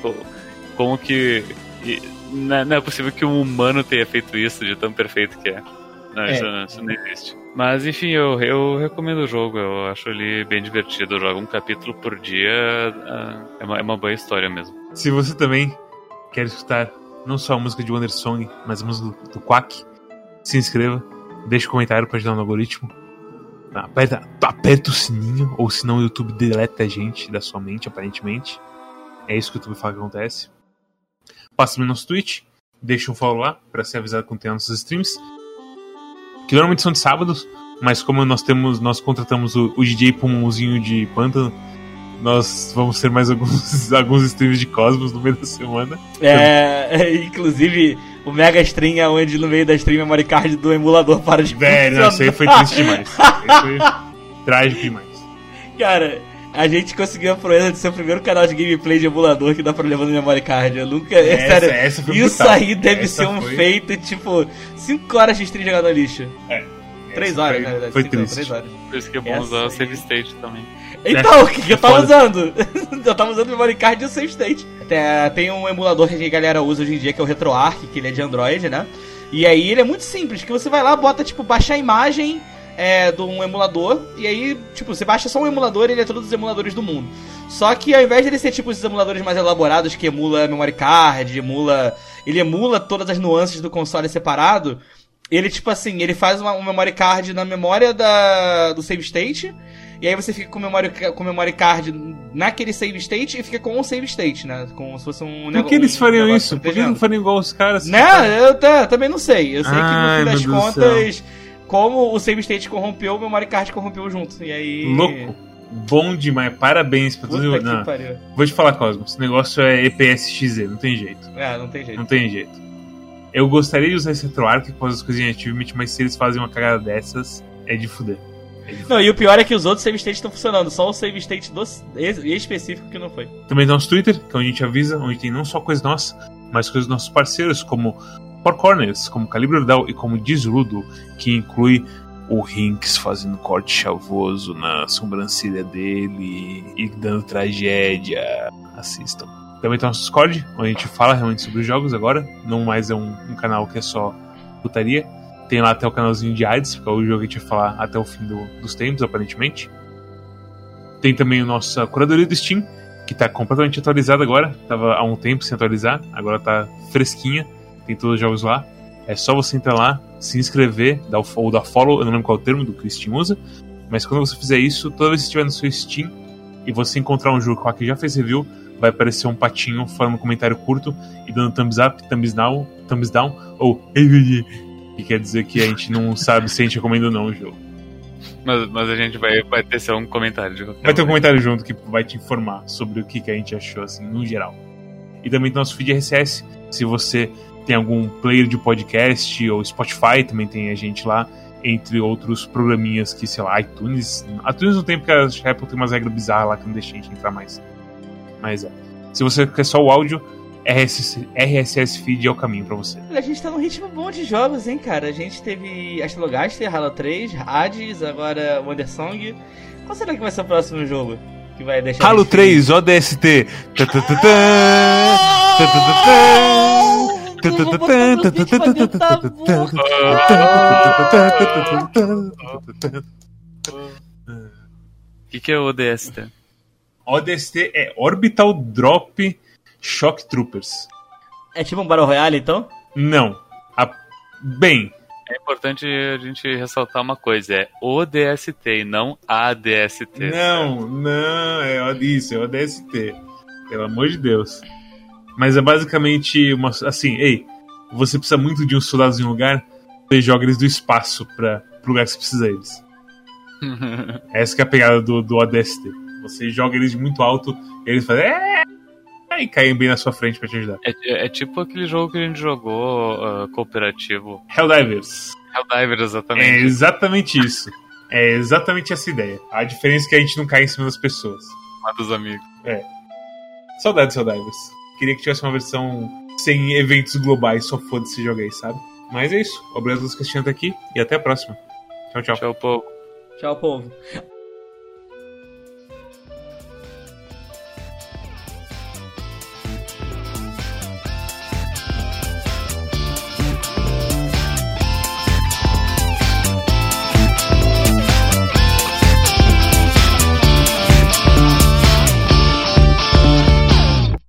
como que... Não é possível que um humano tenha feito isso de tão perfeito que é. Não, isso não existe. Mas enfim, eu recomendo o jogo, eu acho ele bem divertido. Eu jogo um capítulo por dia, é uma boa história mesmo. Se você também quer escutar não só a música de Wandersong, mas a música do Quack, se inscreva, deixa um comentário pra ajudar no algoritmo. Aperta o sininho, ou senão o YouTube deleta a gente da sua mente, aparentemente. É isso que o YouTube fala que acontece. Passa no nosso Twitch, deixa um follow lá pra ser avisado quando tem nossos streams, que normalmente são de sábados, mas como nós contratamos o DJ Pulmãozinho de Pântano, nós vamos ter mais alguns streams de Cosmos no meio da semana. Inclusive o Mega Stream é onde no meio da stream a memory card do emulador para de funcionar. Isso aí foi triste demais. Isso foi trágico demais. Cara, a gente conseguiu a proeza de ser o primeiro canal de gameplay de emulador que dá problema no memory card. Eu nunca... sério, essa foi isso brutal. Aí deve ser feito, tipo, 5 horas de stream jogado no lixo. 3 horas, na verdade. Foi triste. 3 horas. Por isso que é bom usar o save state também. Então, o que eu tava usando? Eu tava usando o memory card e o save state. Tem um emulador que a galera usa hoje em dia, que é o RetroArch, que ele é de Android, né? E aí ele é muito simples, que você vai lá, bota, tipo, baixar a imagem de um emulador, e aí, tipo, você baixa só um emulador e ele é todos os emuladores do mundo. Só que ao invés dele ser, tipo, os emuladores mais elaborados, que emula memory card, ele emula todas as nuances do console separado, ele, tipo assim, ele faz um memory card na memória do save state, e aí você fica com o memory card naquele save state e fica com o save state, né? Como se fosse um negócio. Por que eles fariam isso? Por que não fariam igual os caras? Né? Eu também não sei. Eu sei que no fim das contas, como o save state corrompeu, o memory card corrompeu junto. E aí. Louco! Bom demais, parabéns pra tudo. Vou te falar, Cosmos, esse negócio é EPS-XZ, não tem jeito. Não tem jeito. Não tem jeito. Eu gostaria de usar esse RetroArch com as coisinhas Achievement, mas se eles fazem uma cagada dessas, é de fuder. Não, e o pior é que os outros save states estão funcionando, só o save state específico que não foi. Também tem nosso Twitter, que é onde a gente avisa, onde tem não só coisas nossas, mas coisas dos nossos parceiros, como Four Corners, como Calibre Ordal e como Disrudo, que inclui o Rinks fazendo corte chavoso na sobrancelha dele e dando tragédia. Assistam. Também tem nosso Discord, onde a gente fala realmente sobre os jogos agora, não mais é um canal que é só putaria. Tem lá até o canalzinho de Hades, que é o jogo que a gente vai falar até o fim dos tempos, aparentemente. Tem também a nossa curadoria do Steam, que tá completamente atualizada agora. Tava há um tempo sem atualizar, agora tá fresquinha. Tem todos os jogos lá. É só você entrar lá, se inscrever, ou dar follow, eu não lembro qual é o termo do que o Steam usa. Mas quando você fizer isso, toda vez que estiver no seu Steam e você encontrar um jogo que já fez review, vai aparecer um patinho falando um comentário curto e dando thumbs up, thumbs down ou... que quer dizer que a gente não sabe se a gente recomenda ou não o jogo. Mas a gente vai ter só um comentário de qualquer Vai ter um comentário junto que vai te informar sobre o que a gente achou, assim, no geral. E também tem nosso feed RSS. Se você tem algum player de podcast ou Spotify, também tem a gente lá, entre outros programinhas que, sei lá, iTunes não tem, porque a Apple tem umas regras bizarras lá que não deixa a gente entrar mais. Mas se você quer só o áudio, RSS Feed é o caminho pra você. A gente tá num ritmo bom de jogos, hein, cara? A gente teve Astrologaster, Halo 3, Hades, agora Wandersong. Qual será que vai ser o próximo jogo? Que vai deixar Halo 3, ODST. O que é o ODST? ODST é Orbital Drop Shock Troopers. É tipo um Battle Royale, então? Não. Bem... É importante a gente ressaltar uma coisa, é ODST e não ADST. Não, é ODST. Pelo amor de Deus. Mas é basicamente uma... Assim, você precisa muito de uns soldados em um lugar, você joga eles do espaço pro lugar que você precisa deles. Essa que é a pegada do ODST. Você joga eles de muito alto e eles fazem... E caem bem na sua frente pra te ajudar. É tipo aquele jogo que a gente jogou cooperativo. Helldivers, exatamente. É exatamente isso. É exatamente essa ideia. A diferença é que a gente não cai em cima das pessoas. Uma dos amigos. Saudades, Helldivers. Queria que tivesse uma versão sem eventos globais, só foda-se esse jogo aí, sabe? Mas é isso. Obrigado a todos que assistiram até aqui e até a próxima. Tchau, tchau. Tchau, povo. Tchau, povo.